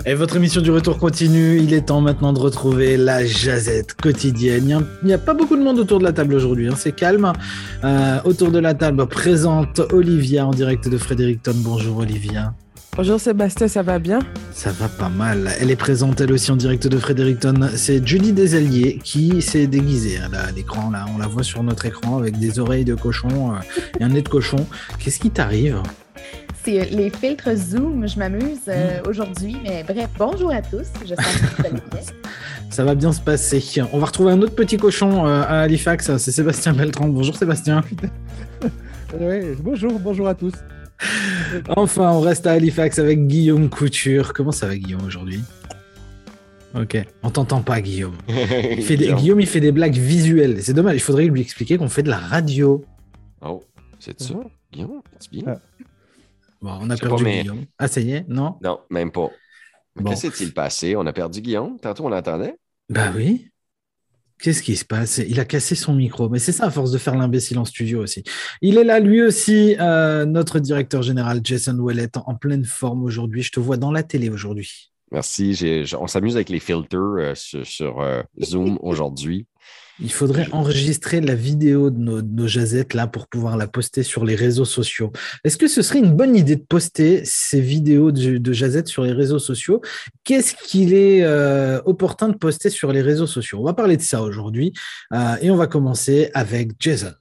Et votre émission du retour continue. Il est temps maintenant de retrouver la jazette quotidienne. Il n'y a pas beaucoup de monde autour de la table aujourd'hui, hein. C'est calme. Autour de la table, présente Olivia en direct de Fredericton. Bonjour Olivia. Bonjour Sébastien, ça va bien? Ça va pas mal. Elle est présente elle aussi en direct de Fredericton. C'est Julie Desalliés qui s'est déguisée à l'écran. Là, on la voit sur notre écran avec des oreilles de cochon et un nez de cochon. Qu'est-ce qui t'arrive? C'est les filtres Zoom, je m'amuse aujourd'hui, mais bref, bonjour à tous, j'espère que vous allez bien. Ça va bien se passer. On va retrouver un autre petit cochon à Halifax, c'est Sébastien Beltrand. Bonjour Sébastien. Ouais, bonjour à tous. Enfin, on reste à Halifax avec Guillaume Couture. Comment ça va Guillaume aujourd'hui? Ok, on t'entend pas Guillaume. Guillaume, il fait des blagues visuelles. C'est dommage, il faudrait lui expliquer qu'on fait de la radio. Oh, c'est ça. Guillaume, c'est bien. Bon, on a perdu Guillaume. Ah, ça y est, non? Non, même pas. Bon. Qu'est-ce qui s'est passé? On a perdu Guillaume? Tantôt, on l'entendait? Bah oui. Qu'est-ce qui se passe? Il a cassé son micro. Mais c'est ça, à force de faire l'imbécile en studio aussi. Il est là, lui aussi, notre directeur général, Jason Ouellet, en pleine forme aujourd'hui. Je te vois dans la télé aujourd'hui. Merci. On s'amuse avec les filters sur Zoom aujourd'hui. Il faudrait enregistrer la vidéo de nos jazettes là pour pouvoir la poster sur les réseaux sociaux. Est-ce que ce serait une bonne idée de poster ces vidéos de jazettes sur les réseaux sociaux? Qu'est-ce qu'il est opportun de poster sur les réseaux sociaux? On va parler de ça aujourd'hui et on va commencer avec Jason.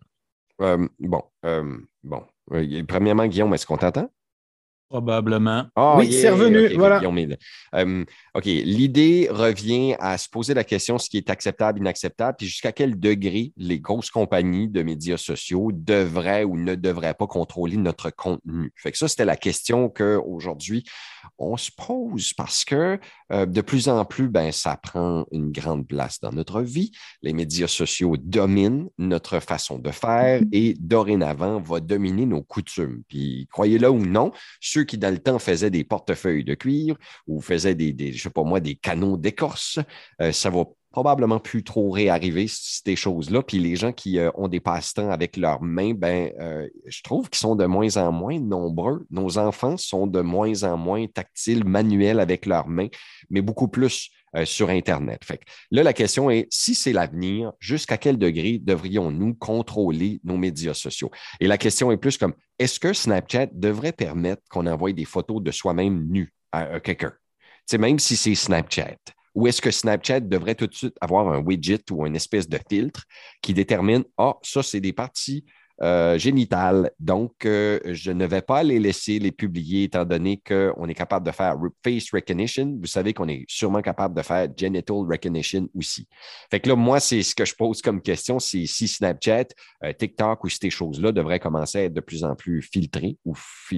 Premièrement, Guillaume, est-ce qu'on t'entend? Probablement. Oh, oui, c'est revenu. Okay, voilà. OK. L'idée revient à se poser la question ce qui est acceptable, inacceptable, puis jusqu'à quel degré les grosses compagnies de médias sociaux devraient ou ne devraient pas contrôler notre contenu. Fait que ça, c'était la question qu'aujourd'hui, on se pose parce que de plus en plus, ça prend une grande place dans notre vie. Les médias sociaux dominent notre façon de faire et dorénavant va dominer nos coutumes. Puis, croyez-le ou non, ceux qui, dans le temps, faisaient des portefeuilles de cuir ou faisaient des canaux d'écorce, ça va probablement plus trop réarriver ces choses-là. Puis les gens qui ont des passe-temps avec leurs mains, je trouve qu'ils sont de moins en moins nombreux. Nos enfants sont de moins en moins tactiles, manuels avec leurs mains, mais beaucoup plus sur Internet. Fait que là, la question est, si c'est l'avenir, jusqu'à quel degré devrions-nous contrôler nos médias sociaux? Et la question est plus comme, est-ce que Snapchat devrait permettre qu'on envoie des photos de soi-même nu à quelqu'un? T'sais, même si c'est Snapchat. Ou est-ce que Snapchat devrait tout de suite avoir un widget ou une espèce de filtre qui détermine, ça, c'est des parties génitales. Donc, je ne vais pas les laisser les publier étant donné qu'on est capable de faire face recognition. Vous savez qu'on est sûrement capable de faire genital recognition aussi. Fait que là, moi, c'est ce que je pose comme question, c'est si Snapchat, TikTok ou ces choses-là devraient commencer à être de plus en plus filtrées ou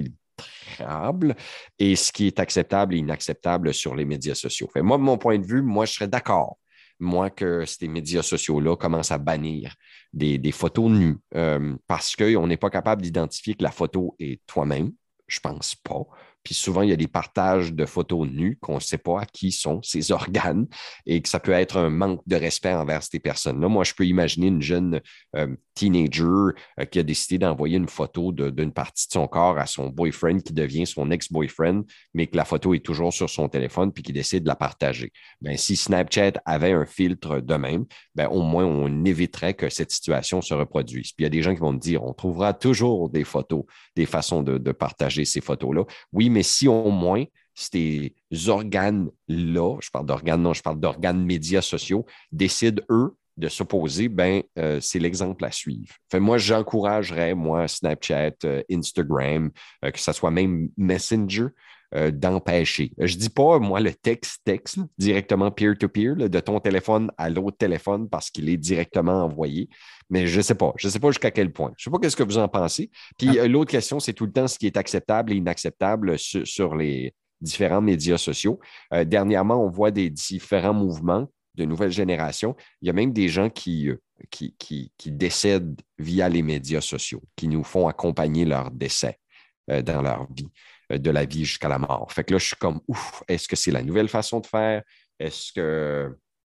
et ce qui est acceptable et inacceptable sur les médias sociaux. Fait, moi, de mon point de vue, je serais d'accord, que ces médias sociaux-là commencent à bannir des photos nues parce qu'on n'est pas capable d'identifier que la photo est toi-même. Je pense pas. Puis souvent, il y a des partages de photos nues qu'on ne sait pas à qui sont ces organes et que ça peut être un manque de respect envers ces personnes-là. Moi, je peux imaginer une jeune teenager qui a décidé d'envoyer une photo d'une partie de son corps à son boyfriend qui devient son ex-boyfriend, mais que la photo est toujours sur son téléphone puis qui décide de la partager. Si Snapchat avait un filtre de même, au moins, on éviterait que cette situation se reproduise. Puis il y a des gens qui vont me dire, on trouvera toujours des photos, des façons de partager ces photos-là. Oui, mais si au moins ces organes-là, je parle d'organes médias sociaux, décident, eux, de s'opposer, c'est l'exemple à suivre. Fait, moi, j'encouragerais, Snapchat, Instagram, que ce soit même Messenger, d'empêcher. Je dis pas, moi, le texte, directement peer-to-peer, de ton téléphone à l'autre téléphone parce qu'il est directement envoyé, mais je sais pas jusqu'à quel point. Je sais pas qu'est-ce que vous en pensez. Puis l'autre question, c'est tout le temps ce qui est acceptable et inacceptable sur les différents médias sociaux. Dernièrement, on voit des différents mouvements de nouvelle génération. Il y a même des gens qui décèdent via les médias sociaux, qui nous font accompagner leur décès dans leur vie, de la vie jusqu'à la mort. Fait que là, je suis comme, est-ce que c'est la nouvelle façon de faire? Est-ce que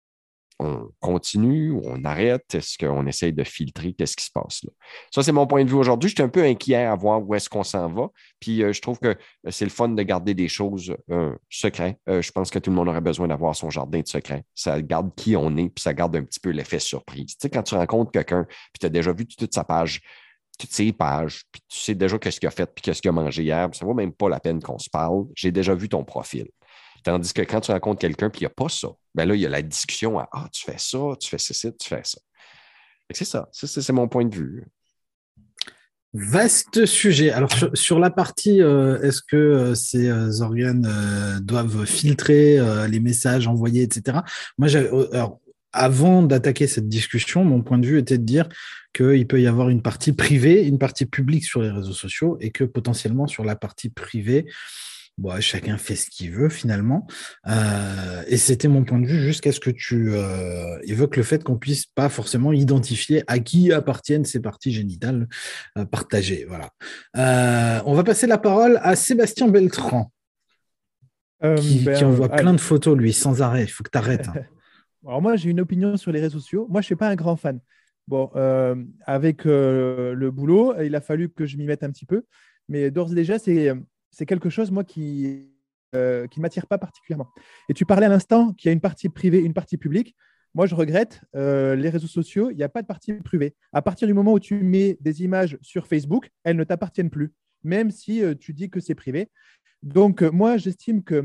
on continue ou on arrête? Est-ce qu'on essaye de filtrer? Qu'est-ce qui se passe là? Ça, c'est mon point de vue aujourd'hui. Je suis un peu inquiet à voir où est-ce qu'on s'en va. Puis je trouve que c'est le fun de garder des choses secrètes. Je pense que tout le monde aurait besoin d'avoir son jardin de secret. Ça garde qui on est, puis ça garde un petit peu l'effet surprise. Tu sais, quand tu rencontres quelqu'un, puis tu as déjà vu toute sa page, toutes ses pages, puis tu sais déjà qu'est-ce qu'il a fait, puis qu'est-ce qu'il a mangé hier, ça ne vaut même pas la peine qu'on se parle. J'ai déjà vu ton profil. Tandis que quand tu rencontres quelqu'un et il n'y a pas ça, ben là, il y a la discussion à tu fais ça, tu fais ceci, tu fais ça. C'est ça. C'est mon point de vue. Vaste sujet. Alors, sur la partie, est-ce que ces organes doivent filtrer les messages envoyés, etc. Moi, avant d'attaquer cette discussion, mon point de vue était de dire qu'il peut y avoir une partie privée, une partie publique sur les réseaux sociaux et que potentiellement sur la partie privée, bon, chacun fait ce qu'il veut finalement. Et c'était mon point de vue jusqu'à ce que tu évoques le fait qu'on puisse pas forcément identifier à qui appartiennent ces parties génitales partagées. Voilà. On va passer la parole à Sébastien Beltran, qui envoie plein de photos, lui, sans arrêt. Il faut que tu arrêtes. Hein. Alors moi, j'ai une opinion sur les réseaux sociaux. Moi, je ne suis pas un grand fan. Bon, avec le boulot, il a fallu que je m'y mette un petit peu. Mais d'ores et déjà, c'est quelque chose, moi, qui ne m'attire pas particulièrement. Et tu parlais à l'instant qu'il y a une partie privée, une partie publique. Moi, je regrette, les réseaux sociaux, il n'y a pas de partie privée. À partir du moment où tu mets des images sur Facebook, elles ne t'appartiennent plus, même si tu dis que c'est privé. Donc, moi, j'estime que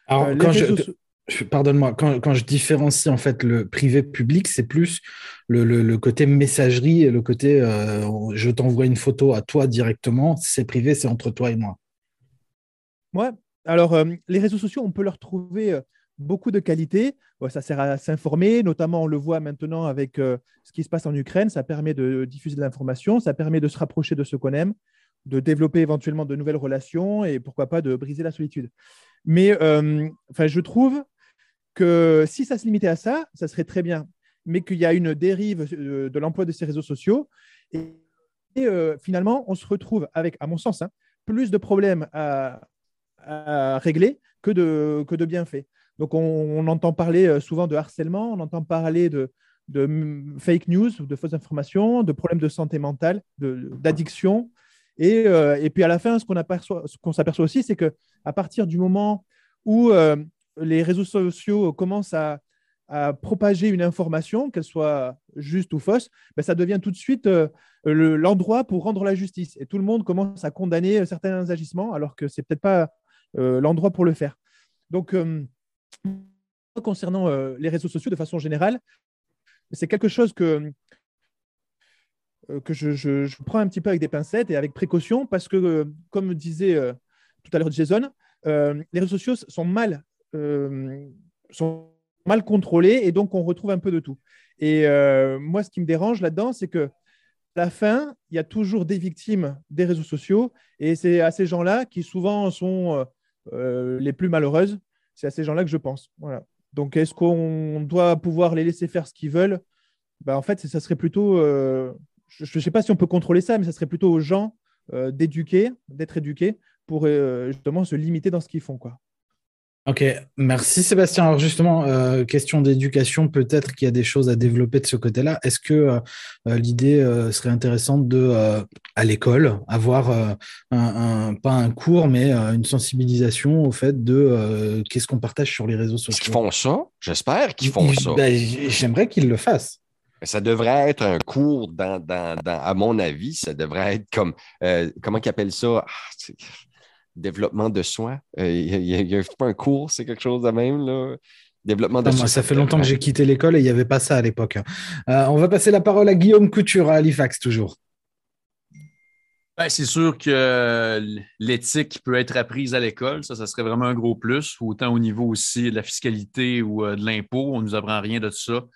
pardonne-moi, quand je différencie en fait le privé-public, c'est plus le côté messagerie et le côté je t'envoie une photo à toi directement, c'est privé, c'est entre toi et moi. Ouais. Alors, les réseaux sociaux, on peut leur trouver beaucoup de qualités. Ouais, ça sert à s'informer, notamment on le voit maintenant avec ce qui se passe en Ukraine. Ça permet de diffuser de l'information, ça permet de se rapprocher de ceux qu'on aime, de développer éventuellement de nouvelles relations et pourquoi pas de briser la solitude. Mais je trouve que si ça se limitait à ça, ça serait très bien. Mais qu'il y a une dérive de l'emploi de ces réseaux sociaux et finalement, on se retrouve avec, à mon sens, plus de problèmes à régler que de bienfaits. Donc, on entend parler souvent de harcèlement, on entend parler de fake news, de fausses informations, de problèmes de santé mentale, d'addiction. Et puis, à la fin, ce qu'on s'aperçoit aussi, c'est qu'à partir du moment où les réseaux sociaux commencent à propager une information, qu'elle soit juste ou fausse, ben ça devient tout de suite l'endroit pour rendre la justice. Et tout le monde commence à condamner certains agissements, alors que ce n'est peut-être pas l'endroit pour le faire. Donc, concernant les réseaux sociaux de façon générale, c'est quelque chose que je prends un petit peu avec des pincettes et avec précaution parce que, comme disait tout à l'heure Jason, les réseaux sociaux sont mal contrôlés et donc on retrouve un peu de tout. Et moi, ce qui me dérange là-dedans, c'est que à la fin, il y a toujours des victimes des réseaux sociaux et c'est à ces gens-là qui souvent sont les plus malheureuses. C'est à ces gens-là que je pense. Voilà. Donc, est-ce qu'on doit pouvoir les laisser faire ce qu'ils veulent? En fait, ça serait plutôt… je ne sais pas si on peut contrôler ça, mais ça serait plutôt aux gens d'être éduqués pour justement se limiter dans ce qu'ils font, quoi. Ok, merci Sébastien. Alors justement, question d'éducation, peut-être qu'il y a des choses à développer de ce côté-là. Est-ce que l'idée serait intéressante à l'école, avoir pas un cours, mais une sensibilisation au fait de qu'est-ce qu'on partage sur les réseaux sociaux? Ils font ça? J'espère qu'ils font ça. J'aimerais qu'ils le fassent. Ça devrait être un cours, à mon avis, ça devrait être comme, comment ils appellent ça? Développement de soi. Il y a pas un cours, c'est quelque chose de même, là. Développement de soi. Ça fait longtemps que j'ai quitté l'école et il n'y avait pas ça à l'époque. On va passer la parole à Guillaume Couture à Halifax, toujours. C'est sûr que l'éthique peut être apprise à l'école. Ça serait vraiment un gros plus. Autant au niveau aussi de la fiscalité ou de l'impôt. On ne nous apprend rien de ça.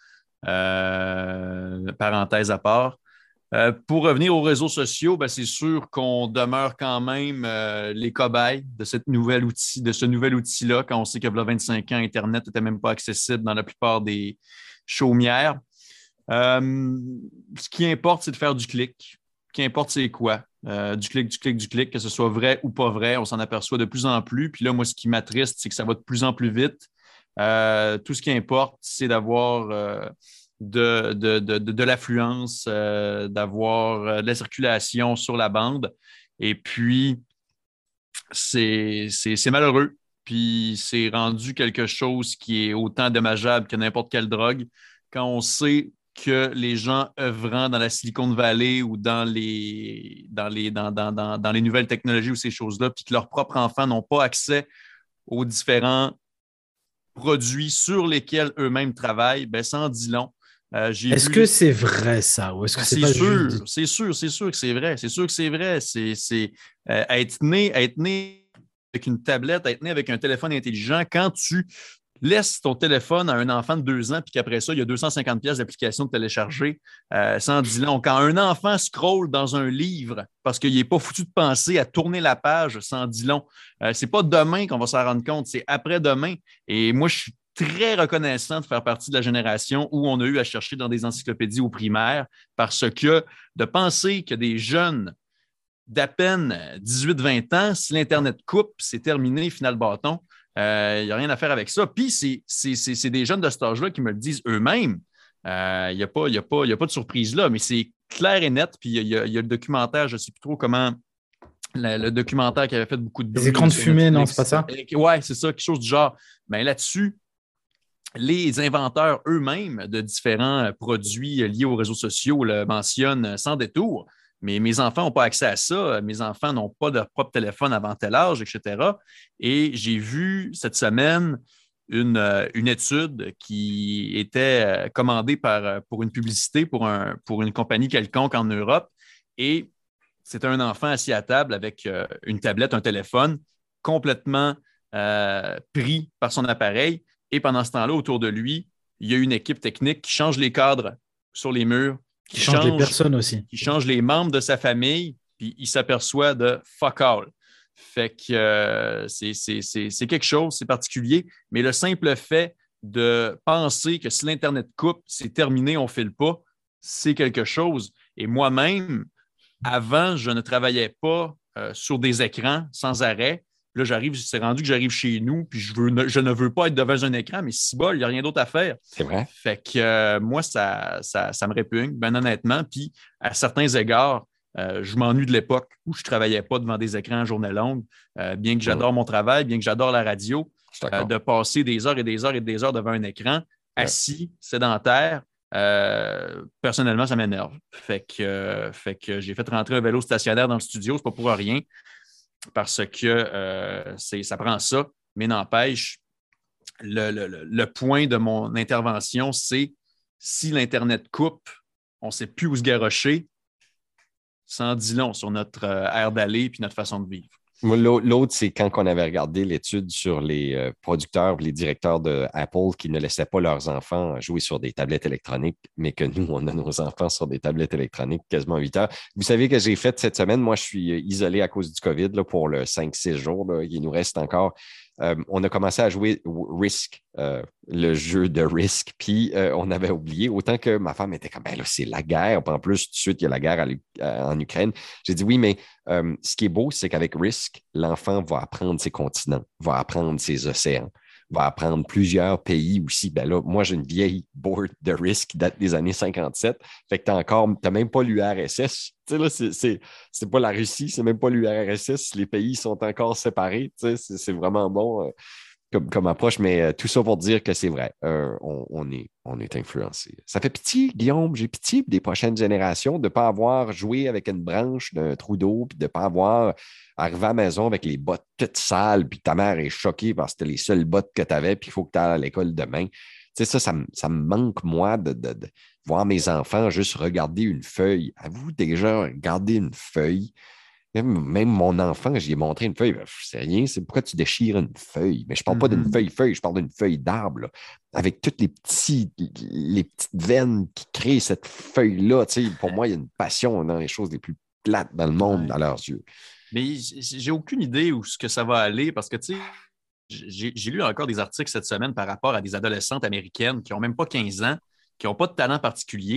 Parenthèse à part. Pour revenir aux réseaux sociaux, c'est sûr qu'on demeure quand même les cobayes de ce nouvel outil-là, quand on sait que il y a 25 ans, Internet n'était même pas accessible dans la plupart des chaumières. Ce qui importe, c'est de faire du clic. Ce qui importe, c'est quoi? Du clic, que ce soit vrai ou pas vrai, on s'en aperçoit de plus en plus. Puis là, moi, ce qui m'attriste, c'est que ça va de plus en plus vite. Tout ce qui importe, c'est d'avoir de l'affluence, d'avoir de la circulation sur la bande. Et puis, c'est malheureux. Puis, c'est rendu quelque chose qui est autant dommageable que n'importe quelle drogue. Quand on sait que les gens œuvrant dans la Silicon Valley ou dans les nouvelles technologies ou ces choses-là, puis que leurs propres enfants n'ont pas accès aux différents produits sur lesquels eux-mêmes travaillent, ben, ça en dit long. Est-ce que c'est vrai ça? Ou est-ce que c'est pas sûr, juste... c'est sûr que c'est vrai. C'est sûr que c'est vrai. Être né avec une tablette, être né avec un téléphone intelligent, quand tu laisses ton téléphone à un enfant de 2 ans, puis qu'après ça, il y a 250 pièces d'application de télécharger, ça en dit long. Quand un enfant scrolle dans un livre parce qu'il n'est pas foutu de penser à tourner la page, ça en dit long. C'est pas demain qu'on va s'en rendre compte, c'est après-demain. Et moi, je suis très reconnaissant de faire partie de la génération où on a eu à chercher dans des encyclopédies au primaire parce que de penser que des jeunes d'à peine 18-20 ans, si l'Internet coupe, c'est terminé, final bâton. Il n'y a rien à faire avec ça. Puis, c'est des jeunes de cet âge-là qui me le disent eux-mêmes. Il n'y a pas de surprise là, mais c'est clair et net. Puis, il y a le documentaire, je ne sais plus trop comment, le documentaire qui avait fait beaucoup de bruit. Les écrans de fumée, non, c'est pas ça? Oui, c'est ça, quelque chose du genre. Mais là-dessus, les inventeurs eux-mêmes de différents produits liés aux réseaux sociaux le mentionnent sans détour. Mais mes enfants n'ont pas accès à ça. Mes enfants n'ont pas leur propre téléphone avant tel âge, etc. Et j'ai vu cette semaine une étude qui était commandée pour une publicité pour une compagnie quelconque en Europe. Et c'était un enfant assis à table avec une tablette, un téléphone, complètement pris par son appareil. Et pendant ce temps-là, autour de lui, il y a une équipe technique qui change les cadres sur les murs, qui change les personnes aussi. Qui change les membres de sa famille, puis il s'aperçoit de fuck all. Fait que c'est quelque chose, c'est particulier, mais le simple fait de penser que si l'Internet coupe, c'est terminé, on ne file pas, c'est quelque chose. Et moi-même, avant, je ne travaillais pas sur des écrans sans arrêt. Là, c'est rendu que j'arrive chez nous, puis je ne veux pas être devant un écran, mais si bol, il n'y a rien d'autre à faire. C'est vrai. Fait que moi, ça me répugne, bien honnêtement. Puis à certains égards, je m'ennuie de l'époque où je ne travaillais pas devant des écrans à journée longue, bien que j'adore mon travail, bien que j'adore la radio, de passer des heures et des heures et des heures devant un écran, assis, sédentaire. Personnellement, ça m'énerve. Fait que j'ai fait rentrer un vélo stationnaire dans le studio, c'est pas pour rien. Parce que ça prend ça, mais n'empêche, le point de mon intervention, c'est si l'Internet coupe, on ne sait plus où se garrocher, ça en dit long sur notre aire d'aller et notre façon de vivre. L'autre, c'est quand on avait regardé l'étude sur les producteurs et les directeurs d'Apple qui ne laissaient pas leurs enfants jouer sur des tablettes électroniques, mais que nous, on a nos enfants sur des tablettes électroniques quasiment 8 heures. Vous savez que j'ai fait cette semaine, moi, je suis isolé à cause du COVID là, pour le 5-6 jours. Là, il nous reste encore. On a commencé à jouer Risk, le jeu de Risk, puis on avait oublié, autant que ma femme était comme, ben là, c'est la guerre, puis en plus, tout de suite, il y a la guerre en Ukraine. J'ai dit oui, mais ce qui est beau, c'est qu'avec Risk, l'enfant va apprendre ses continents, va apprendre ses océans, va apprendre plusieurs pays aussi. Ben là, moi, j'ai une vieille board de Risk qui date des années 57, fait que t'as même pas l'URSS. Tu sais, là, c'est pas la Russie, c'est même pas l'URSS. Les pays sont encore séparés. Tu sais, c'est vraiment bon comme approche, mais tout ça pour dire que c'est vrai. On est influencé. Ça fait pitié, Guillaume. J'ai pitié des prochaines générations de ne pas avoir joué avec une branche d'un trou d'eau, puis de ne pas avoir arrivé à la maison avec les bottes toutes sales, puis ta mère est choquée parce que c'était les seules bottes que tu avais, puis il faut que tu ailles à l'école demain. Tu sais, ça me manque, moi, de voir mes enfants juste regarder une feuille. Avez-vous déjà regardé une feuille? Même mon enfant, j'y ai montré une feuille. C'est rien, c'est pourquoi tu déchires une feuille. Mais je ne parle pas d'une feuille, je parle d'une feuille d'arbre, là, avec toutes les petites veines qui créent cette feuille-là. Tu sais, pour moi, il y a une passion dans les choses les plus plates dans le monde, à leurs yeux. Mais j'ai aucune idée où ce que ça va aller parce que, tu sais, j'ai lu encore des articles cette semaine par rapport à des adolescentes américaines qui n'ont même pas 15 ans, qui n'ont pas de talent particulier,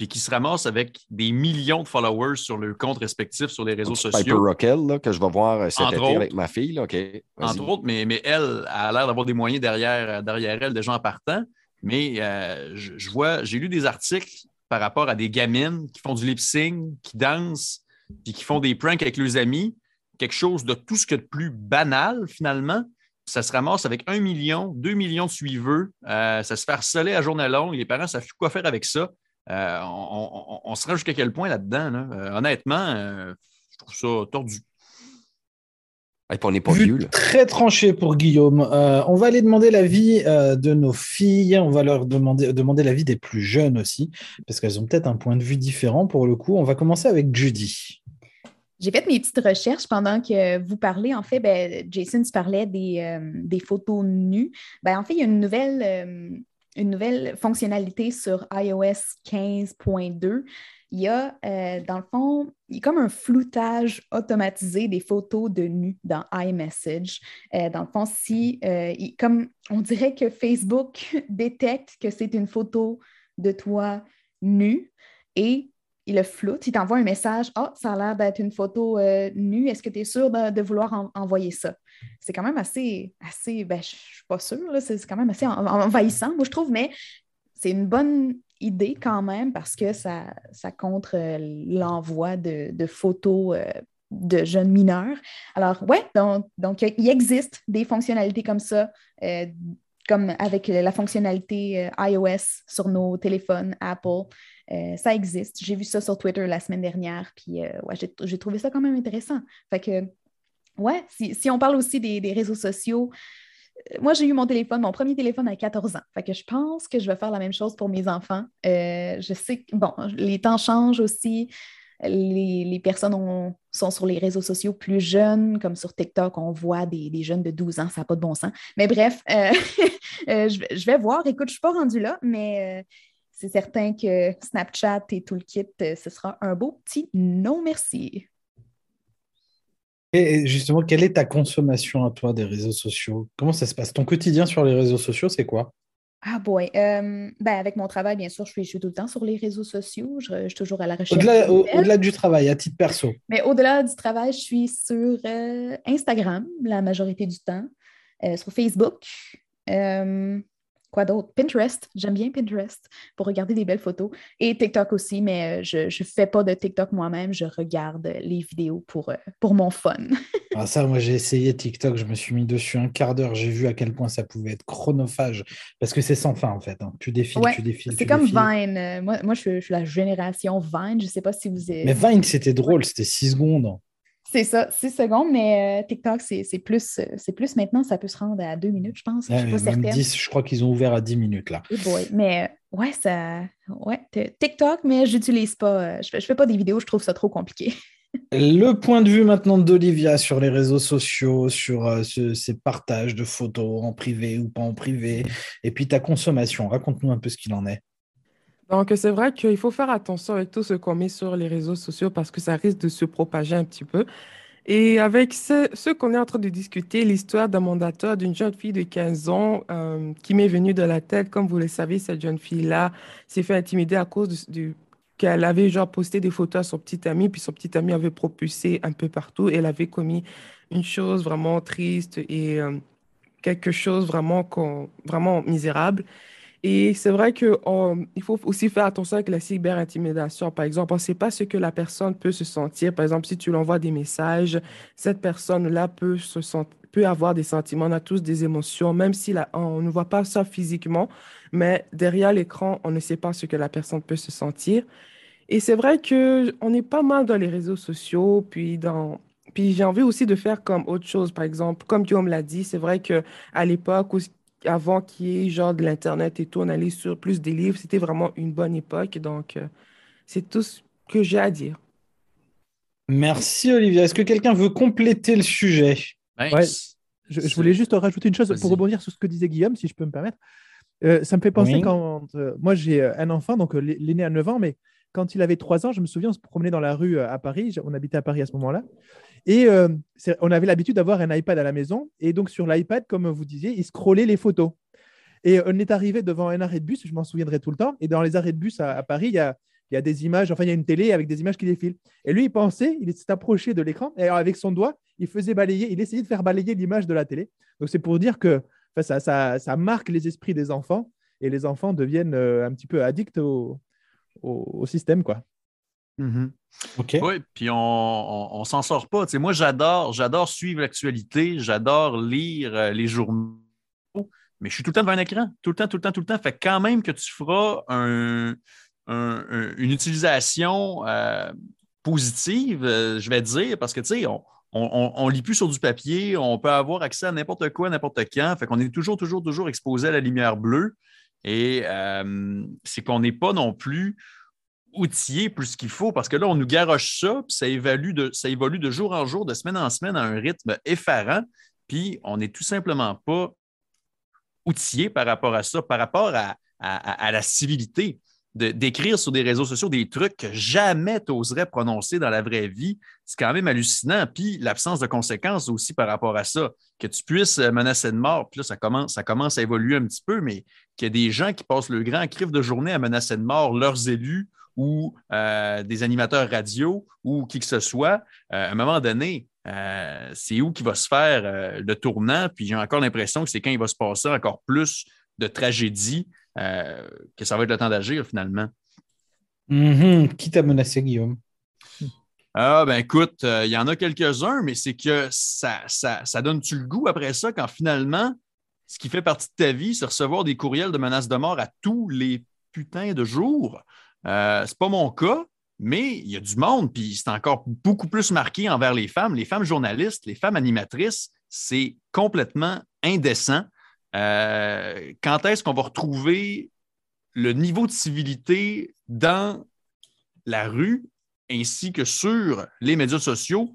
puis qui se ramassent avec des millions de followers sur leurs comptes respectifs sur les réseaux Piper sociaux. Rockel, là, que je vais voir cet Entre été autres. avec ma fille. Là. OK, vas-y. Entre autres, mais elle a l'air d'avoir des moyens derrière elle, des gens partants. Mais j'ai lu des articles par rapport à des gamines qui font du lip-sync, qui dansent, puis qui font des pranks avec leurs amis, quelque chose de tout ce que de plus banal, finalement. Ça se ramasse avec 1 million, 2 millions de suiveurs. Ça se fait harceler à journée longue. Les parents ne savent plus quoi faire avec ça. On se rend jusqu'à quel point là-dedans? Là? Honnêtement, je trouve ça tordu. Et puis on n'est pas vieux. Là. Très tranché pour Guillaume. On va aller demander l'avis de nos filles. On va leur demander l'avis des plus jeunes aussi, parce qu'elles ont peut-être un point de vue différent pour le coup. On va commencer avec Judy. J'ai fait mes petites recherches pendant que vous parlez. En fait, Jason, tu parlais des photos nues. En fait, il y a une nouvelle fonctionnalité sur iOS 15.2. Il y a, dans le fond, il y a comme un floutage automatisé des photos de nus dans iMessage. Dans le fond, comme on dirait que Facebook détecte que c'est une photo de toi nu et il le floute, il t'envoie un message. « Ah, ça a l'air d'être une photo nue. Est-ce que tu es sûr de vouloir envoyer ça? » C'est quand même assez je ne suis pas sûre, là, c'est quand même assez envahissant, moi, je trouve, mais c'est une bonne idée quand même parce que ça contre l'envoi de photos de jeunes mineurs. Alors, ouais, donc il existe des fonctionnalités comme ça, comme avec la fonctionnalité iOS sur nos téléphones Apple. Ça existe. J'ai vu ça sur Twitter la semaine dernière, puis ouais, j'ai trouvé ça quand même intéressant. Fait que, ouais, si on parle aussi des réseaux sociaux, moi, j'ai eu mon premier téléphone à 14 ans. Fait que je pense que je vais faire la même chose pour mes enfants. Je sais que, bon, les temps changent aussi. Les personnes sont sur les réseaux sociaux plus jeunes, comme sur TikTok, on voit des jeunes de 12 ans, ça n'a pas de bon sens. Mais bref, je vais voir. Écoute, je ne suis pas rendue là, mais c'est certain que Snapchat et tout le kit, ce sera un beau petit non merci. Et justement, quelle est ta consommation à toi des réseaux sociaux? Comment ça se passe? Ton quotidien sur les réseaux sociaux, c'est quoi? Ah boy. Avec mon travail, bien sûr, je suis tout le temps sur les réseaux sociaux. Je suis toujours à la recherche. Au-delà du travail, à titre perso. Mais au-delà du travail, je suis sur Instagram la majorité du temps, sur Facebook. Quoi d'autre? Pinterest. J'aime bien Pinterest pour regarder des belles photos. Et TikTok aussi, mais je ne fais pas de TikTok moi-même. Je regarde les vidéos pour mon fun. Ah, ça, moi, j'ai essayé TikTok. Je me suis mis dessus un quart d'heure. J'ai vu à quel point ça pouvait être chronophage parce que c'est sans fin, en fait. Hein. Tu défiles, ouais, tu défiles. C'est comme Vine. Moi je suis la génération Vine. Je ne sais pas si vous êtes... Mais Vine, c'était drôle. C'était 6 secondes. C'est ça, 6 secondes, mais TikTok, c'est plus maintenant, ça peut se rendre à 2 minutes, je pense. Je suis pas certaine. 10, je crois qu'ils ont ouvert à 10 minutes là. Oh boy. Mais ouais, TikTok, mais je n'utilise pas. Je fais pas des vidéos, je trouve ça trop compliqué. Le point de vue maintenant d'Olivia sur les réseaux sociaux, sur ces partages de photos en privé ou pas en privé, et puis ta consommation. Raconte-nous un peu ce qu'il en est. Donc, c'est vrai qu'il faut faire attention avec tout ce qu'on met sur les réseaux sociaux parce que ça risque de se propager un petit peu. Et avec ce qu'on est en train de discuter, l'histoire d'un mandateur d'une jeune fille de 15 ans qui m'est venue de la tête. Comme vous le savez, cette jeune fille-là s'est fait intimider à cause qu'elle avait genre posté des photos à son petit ami, puis son petit ami avait propulsé un peu partout. Elle avait commis une chose vraiment triste et quelque chose vraiment misérable. Et c'est vrai qu'il faut aussi faire attention avec la cyberintimidation. Par exemple, on ne sait pas ce que la personne peut se sentir. Par exemple, si tu lui envoies des messages, cette personne-là peut avoir des sentiments, on a tous des émotions, même si on ne voit pas ça physiquement, mais derrière l'écran, on ne sait pas ce que la personne peut se sentir. Et c'est vrai qu'on est pas mal dans les réseaux sociaux, puis j'ai envie aussi de faire comme autre chose. Par exemple, comme Guillaume l'a dit, c'est vrai qu'à l'époque, avant qu'il y ait genre de l'Internet et tout, on allait sur plus des livres. C'était vraiment une bonne époque. Donc, c'est tout ce que j'ai à dire. Merci Olivia. Est-ce que quelqu'un veut compléter le sujet? Ouais, je voulais juste rajouter une chose Vas-y. pour rebondir sur ce que disait Guillaume, si je peux me permettre. Ça me fait penser Oui. quand moi j'ai un enfant, donc l'aîné a 9 ans, mais quand il avait 3 ans, je me souviens, on se promenait dans la rue à Paris, on habitait à Paris à ce moment-là, et on avait l'habitude d'avoir un iPad à la maison, et donc sur l'iPad, comme vous disiez, il scrollait les photos. Et on est arrivé devant un arrêt de bus, je m'en souviendrai tout le temps, et dans les arrêts de bus à Paris, il y a il y a des images, enfin, il y a une télé avec des images qui défilent. Et lui, il s'est approché de l'écran et alors, avec son doigt, il essayait de faire balayer l'image de la télé. Donc, c'est pour dire que ça marque les esprits des enfants et les enfants deviennent un petit peu addicts au système, quoi. Mm-hmm. OK. Oui, puis on s'en sort pas. Tu sais, moi, j'adore suivre l'actualité, j'adore lire les journaux, mais je suis tout le temps devant un écran, tout le temps. Fait que quand même que tu feras une utilisation positive, je vais te dire, parce que, tu sais, on lit plus sur du papier, on peut avoir accès à n'importe quoi, n'importe quand. Fait qu'on est toujours exposé à la lumière bleue. Et c'est qu'on n'est pas non plus outillé plus qu'il faut, parce que là, on nous garoche ça, puis ça évolue de jour en jour, de semaine en semaine, à un rythme effarant, puis on n'est tout simplement pas outillé par rapport à ça, par rapport à la civilité. D'écrire sur des réseaux sociaux des trucs que jamais tu oserais prononcer dans la vraie vie, c'est quand même hallucinant. Puis l'absence de conséquences aussi par rapport à ça. Que tu puisses menacer de mort, puis là, ça commence à évoluer un petit peu, mais qu'il y a des gens qui passent le grand crif de journée à menacer de mort leurs élus ou des animateurs radio ou qui que ce soit, à un moment donné, c'est où qu'il va se faire le tournant? Puis j'ai encore l'impression que c'est quand il va se passer encore plus de tragédies que ça va être le temps d'agir finalement. Qui t'a menacé, Guillaume? Ah, ben écoute, il y en a quelques-uns, mais c'est que ça donne-tu le goût après ça quand finalement, ce qui fait partie de ta vie, c'est recevoir des courriels de menaces de mort à tous les putains de jours. C'est pas mon cas, mais il y a du monde, puis c'est encore beaucoup plus marqué envers les femmes journalistes, les femmes animatrices, c'est complètement indécent. Quand est-ce qu'on va retrouver le niveau de civilité dans la rue ainsi que sur les médias sociaux?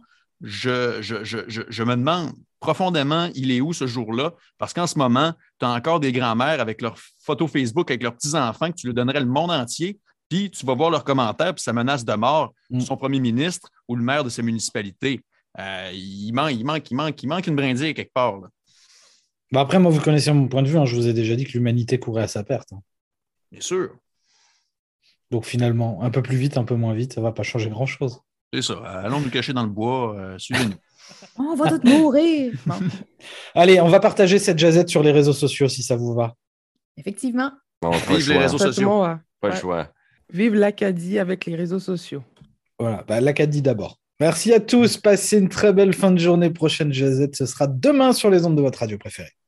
Je me demande profondément, il est où ce jour-là? Parce qu'en ce moment, tu as encore des grands-mères avec leurs photos Facebook, avec leurs petits-enfants, que tu leur donnerais le monde entier, puis tu vas voir leurs commentaires, puis ça menace de mort son premier ministre ou le maire de sa municipalité. Il manque une brindille quelque part, là. Bah après, moi, vous connaissez mon point de vue. Je vous ai déjà dit que l'humanité courait à sa perte. Bien sûr. Donc finalement, un peu plus vite, un peu moins vite, ça ne va pas changer grand-chose. C'est ça. Allons nous cacher dans le bois. Suivez-nous. On va tous mourir. Bon. Allez, on va partager cette jazette sur les réseaux sociaux si ça vous va. Effectivement. Bon, pas le Vive les choix. réseaux sociaux. Complètement, ouais. Pas le Ouais. choix. Vive l'Acadie avec les réseaux sociaux. Voilà, l'Acadie d'abord. Merci à tous. Passez une très belle fin de journée. Prochaine jazette, ce sera demain sur les ondes de votre radio préférée.